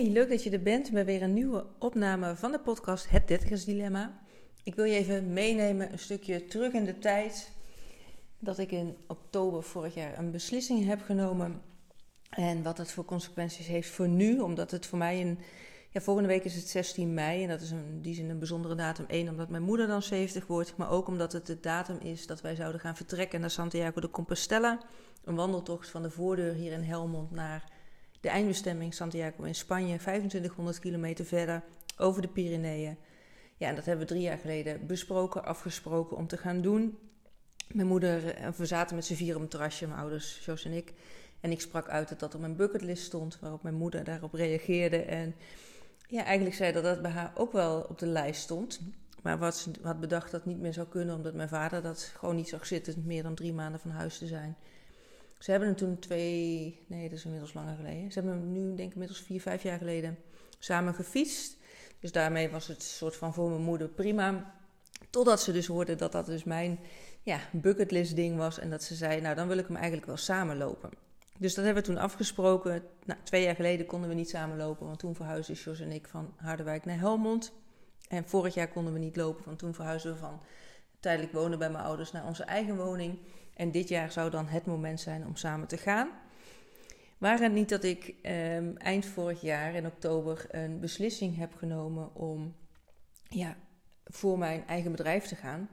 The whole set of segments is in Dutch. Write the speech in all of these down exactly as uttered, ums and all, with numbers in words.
Hey, leuk dat je er bent bij weer een nieuwe opname van de podcast Het dertigersdilemma. Ik wil je even meenemen een stukje terug in de tijd dat ik in oktober vorig jaar een beslissing heb genomen en wat het voor consequenties heeft voor nu, omdat het voor mij een, ja, volgende week is het zestien mei en dat is in die zin een bijzondere datum. Eén, omdat mijn moeder dan zeventig wordt, maar ook omdat het de datum is dat wij zouden gaan vertrekken naar Santiago de Compostela, een wandeltocht van de voordeur hier in Helmond naar de eindbestemming Santiago in Spanje, vijfentwintighonderd kilometer verder, over de Pyreneeën. Ja, en dat hebben we drie jaar geleden besproken, afgesproken om te gaan doen. Mijn moeder, we zaten met z'n vier op een terrasje, mijn ouders, Jos en ik. En ik sprak uit dat dat op mijn bucketlist stond, waarop mijn moeder daarop reageerde. En ja, eigenlijk zei dat dat bij haar ook wel op de lijst stond. Maar wat ze had bedacht dat het niet meer zou kunnen, omdat mijn vader dat gewoon niet zag zitten, meer dan drie maanden van huis te zijn. Ze hebben hem toen twee, nee dat is inmiddels langer geleden. Ze hebben hem nu denk ik inmiddels vier, vijf jaar geleden samen gefietst. Dus daarmee was het soort van voor mijn moeder prima. Totdat ze dus hoorde dat dat dus mijn ja, bucketlist ding was. En dat ze zei, nou dan wil ik hem eigenlijk wel samen lopen. Dus dat hebben we toen afgesproken. Nou, twee jaar geleden konden we niet samen lopen. Want toen verhuisden Jos en ik van Harderwijk naar Helmond. En vorig jaar konden we niet lopen. Want toen verhuisden we van tijdelijk wonen bij mijn ouders naar onze eigen woning. En dit jaar zou dan het moment zijn om samen te gaan. Waar het niet dat ik eh, eind vorig jaar in oktober een beslissing heb genomen om ja, voor mijn eigen bedrijf te gaan.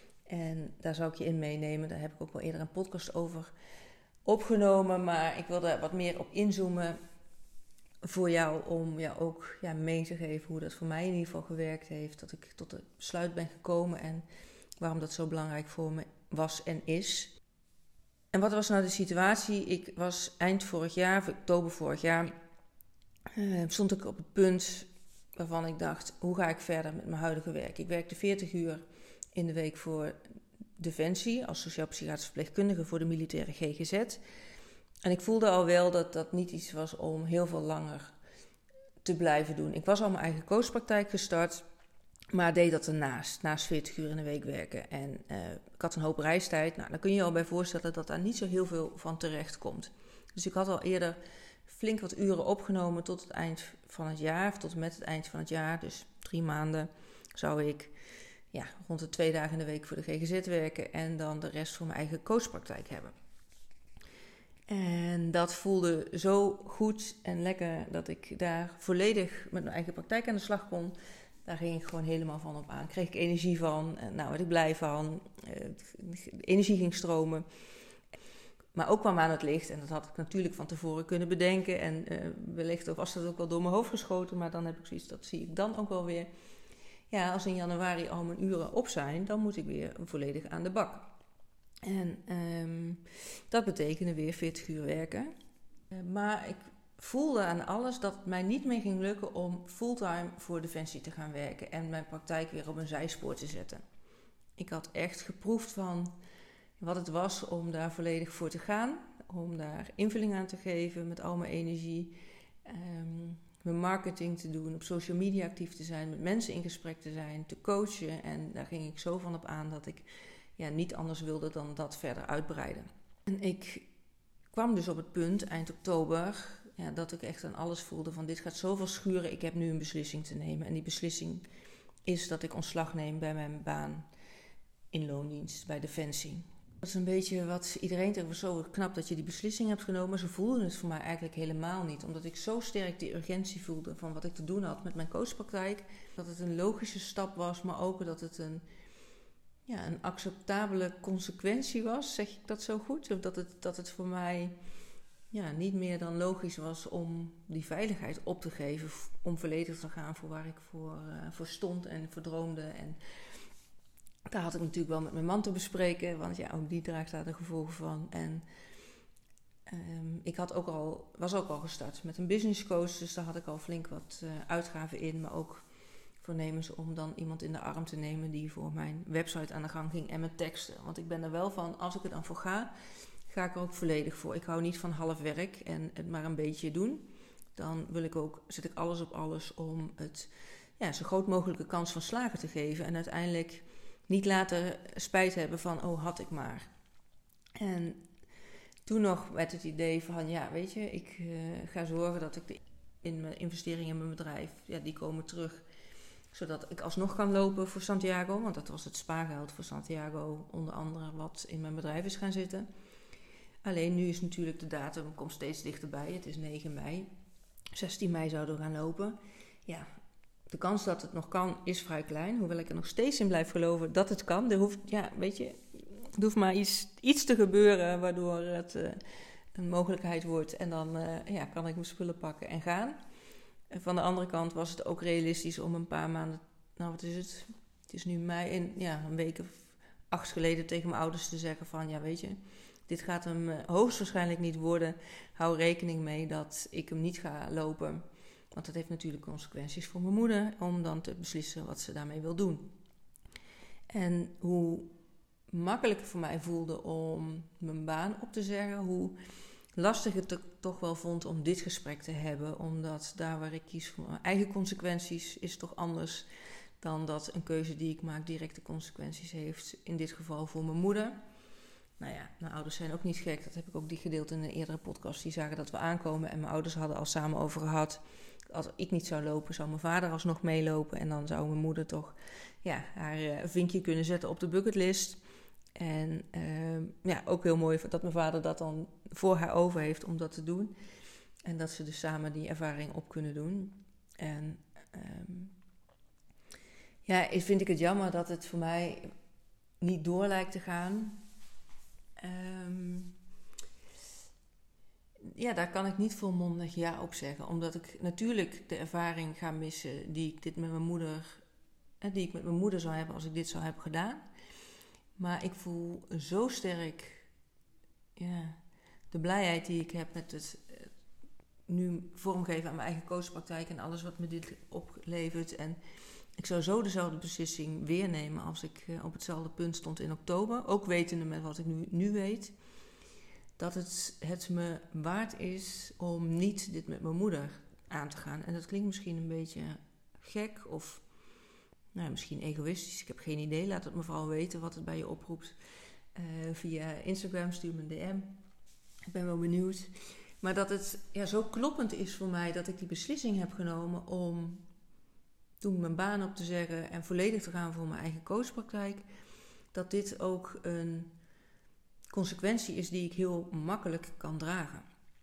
En daar zou ik je in meenemen. Daar heb ik ook wel eerder een podcast over opgenomen. Maar ik wil er wat meer op inzoomen voor jou om jou ook ja, mee te geven hoe dat voor mij in ieder geval gewerkt heeft. Dat ik tot het besluit ben gekomen en waarom dat zo belangrijk voor me was en is. En wat was nou de situatie? Ik was eind vorig jaar, of oktober vorig jaar, uh, stond ik op het punt waarvan ik dacht, hoe ga ik verder met mijn huidige werk? Ik werkte veertig uur in de week voor Defensie als sociaal-psychiatrisch verpleegkundige voor de militaire G G Z. En ik voelde al wel dat dat niet iets was om heel veel langer te blijven doen. Ik was al mijn eigen coachpraktijk gestart, maar deed dat ernaast, naast veertig uur in de week werken. En uh, ik had een hoop reistijd. Nou, dan kun je je al bij voorstellen dat daar niet zo heel veel van terecht komt. Dus ik had al eerder flink wat uren opgenomen tot het eind van het jaar, of tot en met het eind van het jaar. Dus drie maanden zou ik ja, rond de twee dagen in de week voor de G G Z werken en dan de rest voor mijn eigen coachpraktijk hebben. En dat voelde zo goed en lekker dat ik daar volledig met mijn eigen praktijk aan de slag kon. Daar ging ik gewoon helemaal van op aan. Kreeg ik energie van. Nou, werd ik blij van. De energie ging stromen. Maar ook kwam aan het licht. En dat had ik natuurlijk van tevoren kunnen bedenken. En uh, wellicht was dat ook wel door mijn hoofd geschoten. Maar dan heb ik zoiets, dat zie ik dan ook wel weer. Ja, als in januari al mijn uren op zijn, dan moet ik weer volledig aan de bak. En um, dat betekende weer veertig uur werken. Uh, maar ik voelde aan alles dat het mij niet meer ging lukken om fulltime voor Defensie te gaan werken en mijn praktijk weer op een zijspoor te zetten. Ik had echt geproefd van wat het was om daar volledig voor te gaan, om daar invulling aan te geven met al mijn energie, um, mijn marketing te doen, op social media actief te zijn, met mensen in gesprek te zijn, te coachen. En daar ging ik zo van op aan dat ik ja, niet anders wilde dan dat verder uitbreiden. En ik kwam dus op het punt eind oktober ja, dat ik echt aan alles voelde van dit gaat zoveel schuren, ik heb nu een beslissing te nemen. En die beslissing is dat ik ontslag neem bij mijn baan in loondienst bij Defensie. Dat is een beetje wat iedereen tegen was, zo knap dat je die beslissing hebt genomen. Maar ze voelden het voor mij eigenlijk helemaal niet. Omdat ik zo sterk die urgentie voelde van wat ik te doen had met mijn coachpraktijk. Dat het een logische stap was, maar ook dat het een, ja, een acceptabele consequentie was. Zeg ik dat zo goed? Of dat het, dat het voor mij ja, niet meer dan logisch was om die veiligheid op te geven. Om volledig te gaan voor waar ik voor, uh, voor stond en voor droomde. En daar had ik natuurlijk wel met mijn man te bespreken, want ja, ook die draagt daar de gevolgen van. En um, ik had ook al, was ook al gestart met een business coach, dus daar had ik al flink wat uh, uitgaven in, maar ook voornemens om dan iemand in de arm te nemen die voor mijn website aan de gang ging en mijn teksten. Want ik ben er wel van, als ik er dan voor ga, ga ik er ook volledig voor. Ik hou niet van half werk en het maar een beetje doen. Dan wil ik ook, zet ik alles op alles om het ja, zo groot mogelijke kans van slagen te geven en uiteindelijk niet later spijt hebben van, oh, had ik maar. En toen nog met het idee van, ja, weet je, ik uh, ga zorgen dat ik de in mijn investeringen in mijn bedrijf, ja, die komen terug. Zodat ik alsnog kan lopen voor Santiago. Want dat was het spaargeld voor Santiago, onder andere, wat in mijn bedrijf is gaan zitten. Alleen nu is natuurlijk de datum komt steeds dichterbij. Het is negen mei. zestien mei zouden we gaan lopen. Ja, de kans dat het nog kan is vrij klein. Hoewel ik er nog steeds in blijf geloven dat het kan. Er hoeft, ja, weet je, er hoeft maar iets, iets te gebeuren waardoor het uh, een mogelijkheid wordt. En dan uh, ja, kan ik mijn spullen pakken en gaan. En van de andere kant was het ook realistisch om een paar maanden... Nou, wat is het? Het is nu mei. En ja, een week of acht geleden tegen mijn ouders te zeggen van... Ja, weet je, dit gaat hem uh, hoogstwaarschijnlijk niet worden. Hou rekening mee dat ik hem niet ga lopen. Want dat heeft natuurlijk consequenties voor mijn moeder... om dan te beslissen wat ze daarmee wil doen. En hoe makkelijk het voor mij voelde om mijn baan op te zeggen... hoe lastig het toch wel vond om dit gesprek te hebben. Omdat daar waar ik kies voor mijn eigen consequenties... is toch anders dan dat een keuze die ik maak directe consequenties heeft. In dit geval voor mijn moeder... Nou ja, mijn ouders zijn ook niet gek. Dat heb ik ook die gedeeld in een eerdere podcast. Die zagen dat we aankomen. En mijn ouders hadden al samen over gehad. Als ik niet zou lopen, zou mijn vader alsnog meelopen. En dan zou mijn moeder toch ja, haar uh, vinkje kunnen zetten op de bucketlist. En uh, ja, ook heel mooi dat mijn vader dat dan voor haar over heeft om dat te doen. En dat ze dus samen die ervaring op kunnen doen. En um, ja, vind ik het jammer dat het voor mij niet door lijkt te gaan... Um, ja, daar kan ik niet volmondig ja op zeggen. Omdat ik natuurlijk de ervaring ga missen die ik dit met mijn moeder, eh, die ik met mijn moeder zou hebben als ik dit zou hebben gedaan. Maar ik voel zo sterk ja, de blijheid die ik heb met het uh, nu vormgeven aan mijn eigen coachpraktijk en alles wat me dit oplevert. En ik zou zo dezelfde beslissing weer nemen als ik uh, op hetzelfde punt stond in oktober. Ook wetende met wat ik nu, nu weet. Dat het, het me waard is om niet dit met mijn moeder aan te gaan. En dat klinkt misschien een beetje gek of nou, misschien egoïstisch. Ik heb geen idee. Laat het me vooral weten wat het bij je oproept. Uh, via Instagram, stuur me een D M. Ik ben wel benieuwd. Maar dat het ja, zo kloppend is voor mij dat ik die beslissing heb genomen om... toen mijn baan op te zeggen en volledig te gaan voor mijn eigen coachpraktijk, dat dit ook een consequentie is die ik heel makkelijk kan dragen.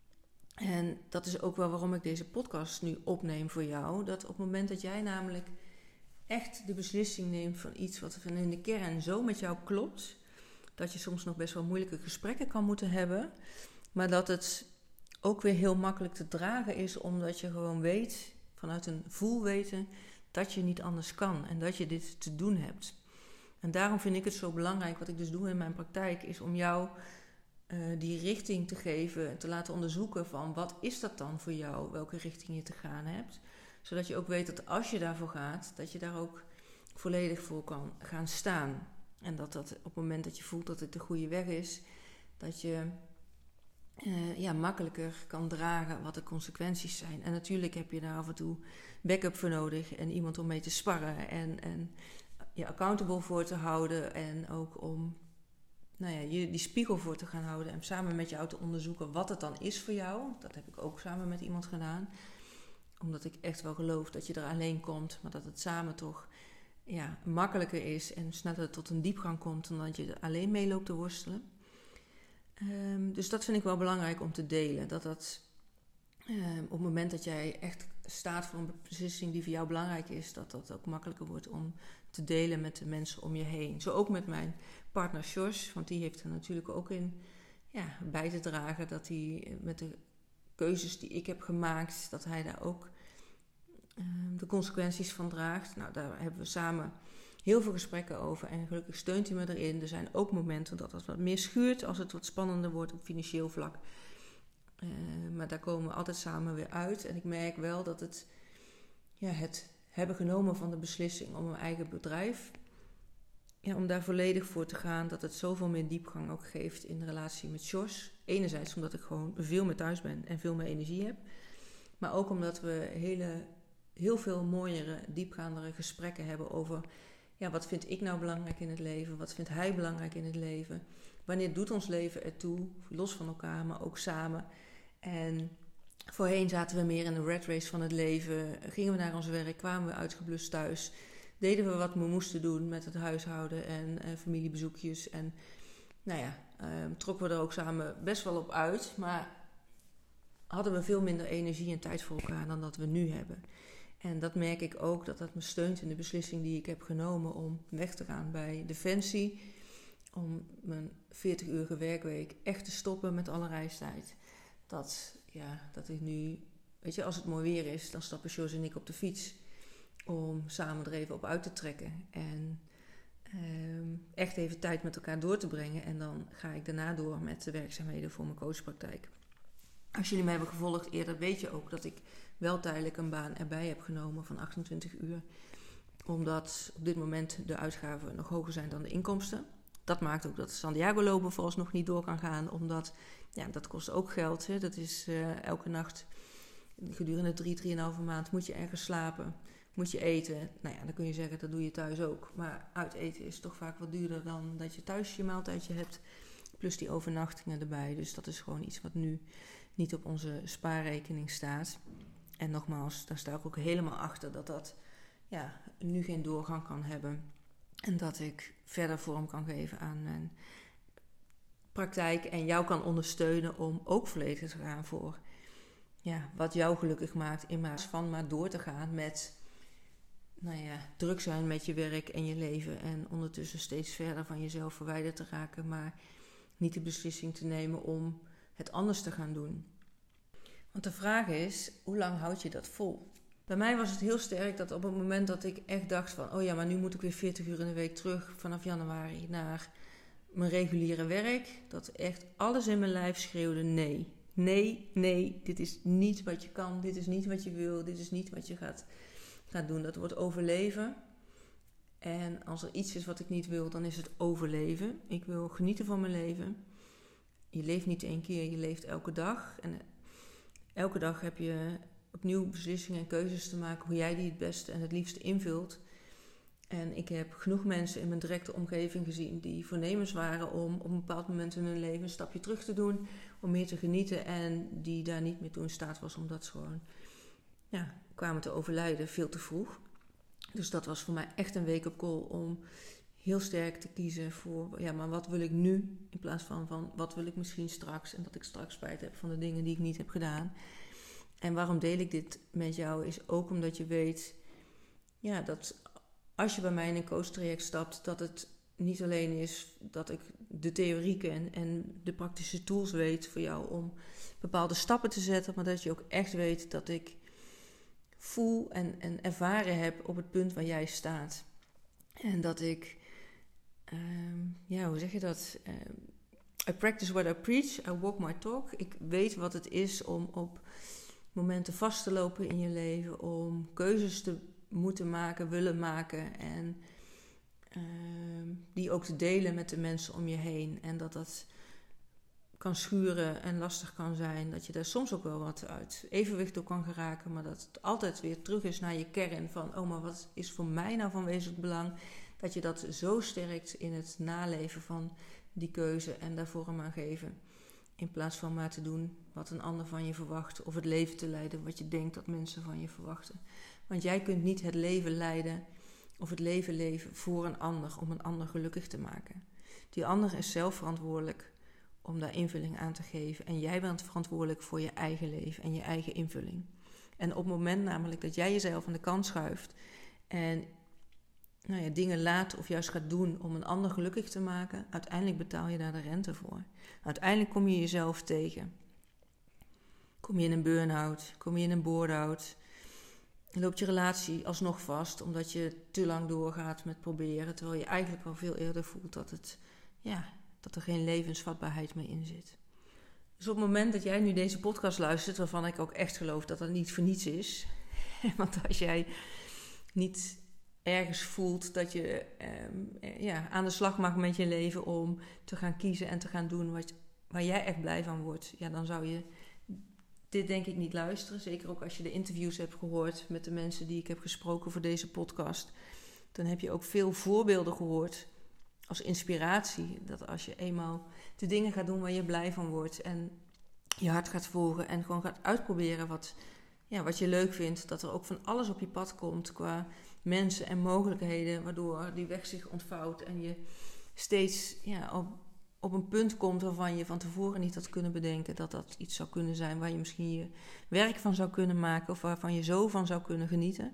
En dat is ook wel waarom ik deze podcast nu opneem voor jou. Dat op het moment dat jij namelijk echt de beslissing neemt van iets wat van in de kern zo met jou klopt, dat je soms nog best wel moeilijke gesprekken kan moeten hebben, maar dat het ook weer heel makkelijk te dragen is, omdat je gewoon weet, vanuit een voelweten, dat je niet anders kan en dat je dit te doen hebt. En daarom vind ik het zo belangrijk, wat ik dus doe in mijn praktijk, is om jou uh, die richting te geven en te laten onderzoeken van wat is dat dan voor jou, welke richting je te gaan hebt. Zodat je ook weet dat als je daarvoor gaat, dat je daar ook volledig voor kan gaan staan. En dat dat op het moment dat je voelt dat het de goede weg is, dat je uh, ja, makkelijker kan dragen wat de consequenties zijn. En natuurlijk heb je daar af en toe backup voor nodig en iemand om mee te sparren en, en je accountable voor te houden en ook om nou ja, je die spiegel voor te gaan houden en samen met jou te onderzoeken wat het dan is voor jou. Dat heb ik ook samen met iemand gedaan. Omdat ik echt wel geloof dat je er alleen komt, maar dat het samen toch ja, makkelijker is en sneller tot een diepgang komt dan dat je er alleen mee loopt te worstelen. Um, dus dat vind ik wel belangrijk om te delen. Dat dat um, op het moment dat jij echt staat voor een beslissing die voor jou belangrijk is, dat dat ook makkelijker wordt om te delen met de mensen om je heen. Zo ook met mijn partner Jos, want die heeft er natuurlijk ook in ja, bij te dragen dat hij met de keuzes die ik heb gemaakt, dat hij daar ook uh, de consequenties van draagt. Nou, daar hebben we samen heel veel gesprekken over en gelukkig steunt hij me erin. Er zijn ook momenten dat het wat meer schuurt als het wat spannender wordt op financieel vlak. Uh, maar daar komen we altijd samen weer uit. En ik merk wel dat het, ja, het hebben genomen van de beslissing om een eigen bedrijf, ja, om daar volledig voor te gaan, dat het zoveel meer diepgang ook geeft in de relatie met Jos. Enerzijds omdat ik gewoon veel meer thuis ben en veel meer energie heb. Maar ook omdat we hele, heel veel mooiere, diepgaandere gesprekken hebben over ja, wat vind ik nou belangrijk in het leven? Wat vindt hij belangrijk in het leven? Wanneer doet ons leven ertoe? Los van elkaar, maar ook samen. En Voorheen zaten we meer in de rat race van het leven. Gingen we naar ons werk, kwamen we uitgeblust thuis. Deden we wat we moesten doen met het huishouden en uh, familiebezoekjes. En nou ja, uh, trokken we er ook samen best wel op uit. Maar hadden we veel minder energie en tijd voor elkaar dan dat we nu hebben. En dat merk ik ook, dat dat me steunt in de beslissing die ik heb genomen om weg te gaan bij Defensie. Om mijn veertig-urige werkweek echt te stoppen met alle reistijd. Dat, ja, dat ik nu, weet je, als het mooi weer is, dan stappen Jos en ik op de fiets. Om samen er even op uit te trekken. En um, echt even tijd met elkaar door te brengen. En dan ga ik daarna door met de werkzaamheden voor mijn coachpraktijk. Als jullie me hebben gevolgd eerder, weet je ook dat ik wel tijdelijk een baan erbij heb genomen van achtentwintig uur. Omdat op dit moment de uitgaven nog hoger zijn dan de inkomsten. Dat maakt ook dat Santiago lopen vooralsnog niet door kan gaan. Omdat, ja, dat kost ook geld. Hè. Dat is uh, elke nacht, gedurende drie, drieënhalve maand moet je ergens slapen. Moet je eten. Nou ja, dan kun je zeggen, dat doe je thuis ook. Maar uit eten is toch vaak wat duurder dan dat je thuis je maaltijdje hebt. Plus die overnachtingen erbij. Dus dat is gewoon iets wat nu niet op onze spaarrekening staat. En nogmaals, daar sta ik ook helemaal achter dat dat ja, nu geen doorgang kan hebben. En dat ik verder vorm kan geven aan mijn praktijk. En jou kan ondersteunen om ook volledig te gaan voor ja, wat jou gelukkig maakt. In plaats van maar door te gaan met nou ja, druk zijn met je werk en je leven. En ondertussen steeds verder van jezelf verwijderd te raken. Maar niet de beslissing te nemen om het anders te gaan doen. Want de vraag is, hoe lang houd je dat vol? Bij mij was het heel sterk dat op het moment dat ik echt dacht van... oh ja, maar nu moet ik weer veertig uur in de week terug vanaf januari naar mijn reguliere werk. Dat echt alles in mijn lijf schreeuwde nee. Nee, nee, dit is niet wat je kan, dit is niet wat je wil, dit is niet wat je gaat, gaat doen. Dat wordt overleven. En als er iets is wat ik niet wil, dan is het overleven. Ik wil genieten van mijn leven. Je leeft niet één keer, je leeft elke dag. En elke dag heb je opnieuw beslissingen en keuzes te maken hoe jij die het beste en het liefste invult. En ik heb genoeg mensen in mijn directe omgeving gezien die voornemens waren om op een bepaald moment in hun leven een stapje terug te doen, om meer te genieten en die daar niet meer toe in staat was omdat ze gewoon ja, kwamen te overlijden veel te vroeg. Dus dat was voor mij echt een wake-up call om heel sterk te kiezen voor, ja, maar wat wil ik nu in plaats van, van wat wil ik misschien straks en dat ik straks spijt heb van de dingen die ik niet heb gedaan. En waarom deel ik dit met jou is ook omdat je weet, ja, dat als je bij mij in een coachtraject stapt, dat het niet alleen is dat ik de theorie ken en de praktische tools weet voor jou om bepaalde stappen te zetten, maar dat je ook echt weet dat ik voel en, en ervaren heb op het punt waar jij staat. En dat ik, um, ja, hoe zeg je dat? Um, I practice what I preach, I walk my talk. Ik weet wat het is om op momenten vast te lopen in je leven, om keuzes te moeten maken, willen maken en um, die ook te delen met de mensen om je heen. En dat dat kan schuren en lastig kan zijn, dat je daar soms ook wel wat uit evenwicht door kan geraken, maar dat het altijd weer terug is naar je kern van, oh, maar wat is voor mij nou van wezenlijk belang? Dat je dat zo sterkt in het naleven van die keuze en daar vorm aan geven. In plaats van maar te doen wat een ander van je verwacht, of het leven te leiden wat je denkt dat mensen van je verwachten. Want jij kunt niet het leven leiden of het leven leven voor een ander, om een ander gelukkig te maken. Die ander is zelf verantwoordelijk om daar invulling aan te geven. En jij bent verantwoordelijk voor je eigen leven en je eigen invulling. En op het moment namelijk dat jij jezelf aan de kant schuift en nou ja, dingen laat of juist gaat doen om een ander gelukkig te maken, uiteindelijk betaal je daar de rente voor. Uiteindelijk kom je jezelf tegen. Kom je in een burn-out, kom je in een board-out, loopt je relatie alsnog vast omdat je te lang doorgaat met proberen, terwijl je eigenlijk al veel eerder voelt dat, het, ja, dat er geen levensvatbaarheid meer in zit. Dus op het moment dat jij nu deze podcast luistert, waarvan ik ook echt geloof dat dat niet voor niets is, want als jij niet ergens voelt dat je eh, ja, aan de slag mag met je leven om te gaan kiezen en te gaan doen wat, waar jij echt blij van wordt, ja, dan zou je dit denk ik niet luisteren. Zeker ook als je de interviews hebt gehoord met de mensen die ik heb gesproken voor deze podcast. Dan heb je ook veel voorbeelden gehoord als inspiratie. Dat als je eenmaal de dingen gaat doen waar je blij van wordt en je hart gaat volgen en gewoon gaat uitproberen wat, ja, wat je leuk vindt. Dat er ook van alles op je pad komt qua mensen en mogelijkheden, waardoor die weg zich ontvouwt en je steeds ja, op, op een punt komt waarvan je van tevoren niet had kunnen bedenken dat dat iets zou kunnen zijn waar je misschien je werk van zou kunnen maken of waarvan je zo van zou kunnen genieten.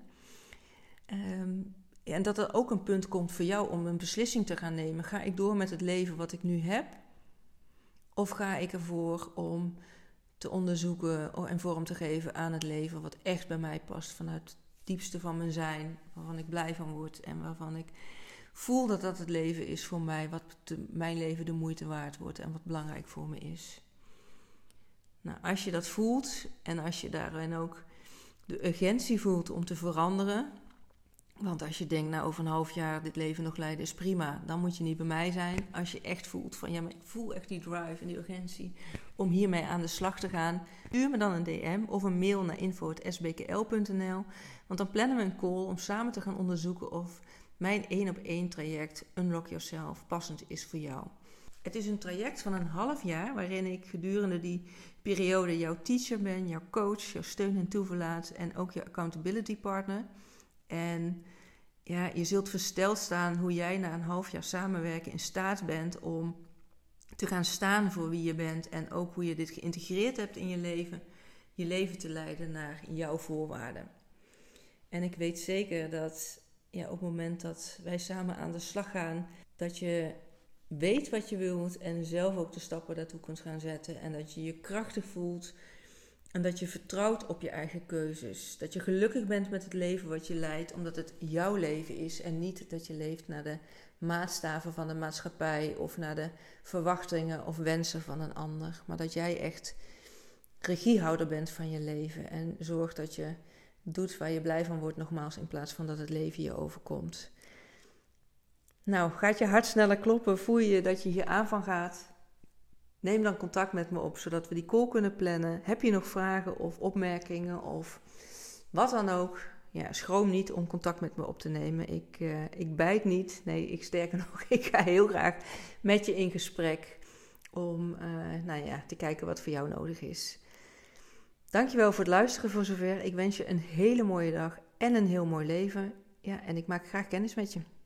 Um, en dat er ook een punt komt voor jou om een beslissing te gaan nemen. Ga ik door met het leven wat ik nu heb? Of ga ik ervoor om te onderzoeken en vorm te geven aan het leven wat echt bij mij past vanuit het diepste van mijn zijn, waarvan ik blij van word en waarvan ik voel dat dat het leven is voor mij, wat de, mijn leven de moeite waard wordt en wat belangrijk voor me is. Nou, als je dat voelt en als je daarin ook de urgentie voelt om te veranderen, want als je denkt, nou over een half jaar dit leven nog leiden is prima, dan moet je niet bij mij zijn. Als je echt voelt van, ja, maar ik voel echt die drive en die urgentie om hiermee aan de slag te gaan, stuur me dan een D M of een mail naar info at s b k l punt n l, want dan plannen we een call om samen te gaan onderzoeken of mijn één op één traject Unlock Yourself passend is voor jou. Het is een traject van een half jaar waarin ik gedurende die periode jouw teacher ben, jouw coach, jouw steun en toeverlaat en ook jouw accountability partner. En ja, je zult versteld staan hoe jij na een half jaar samenwerken in staat bent om te gaan staan voor wie je bent en ook hoe je dit geïntegreerd hebt in je leven, je leven te leiden naar jouw voorwaarden. En ik weet zeker dat ja, op het moment dat wij samen aan de slag gaan, dat je weet wat je wilt en zelf ook de stappen daartoe kunt gaan zetten en dat je je krachtig voelt en dat je vertrouwt op je eigen keuzes. Dat je gelukkig bent met het leven wat je leidt, omdat het jouw leven is en niet dat je leeft naar de maatstaven van de maatschappij of naar de verwachtingen of wensen van een ander. Maar dat jij echt regiehouder bent van je leven en zorgt dat je doet waar je blij van wordt, nogmaals, in plaats van dat het leven je overkomt. Nou, gaat je hart sneller kloppen? Voel je dat je hier aan van gaat? Neem dan contact met me op, zodat we die call kunnen plannen. Heb je nog vragen of opmerkingen of wat dan ook? Ja, schroom niet om contact met me op te nemen. Ik, uh, ik bijt niet. Nee, ik sterker nog, ik ga heel graag met je in gesprek om uh, nou ja, te kijken wat voor jou nodig is. Dankjewel voor het luisteren voor zover. Ik wens je een hele mooie dag en een heel mooi leven. Ja, en ik maak graag kennis met je.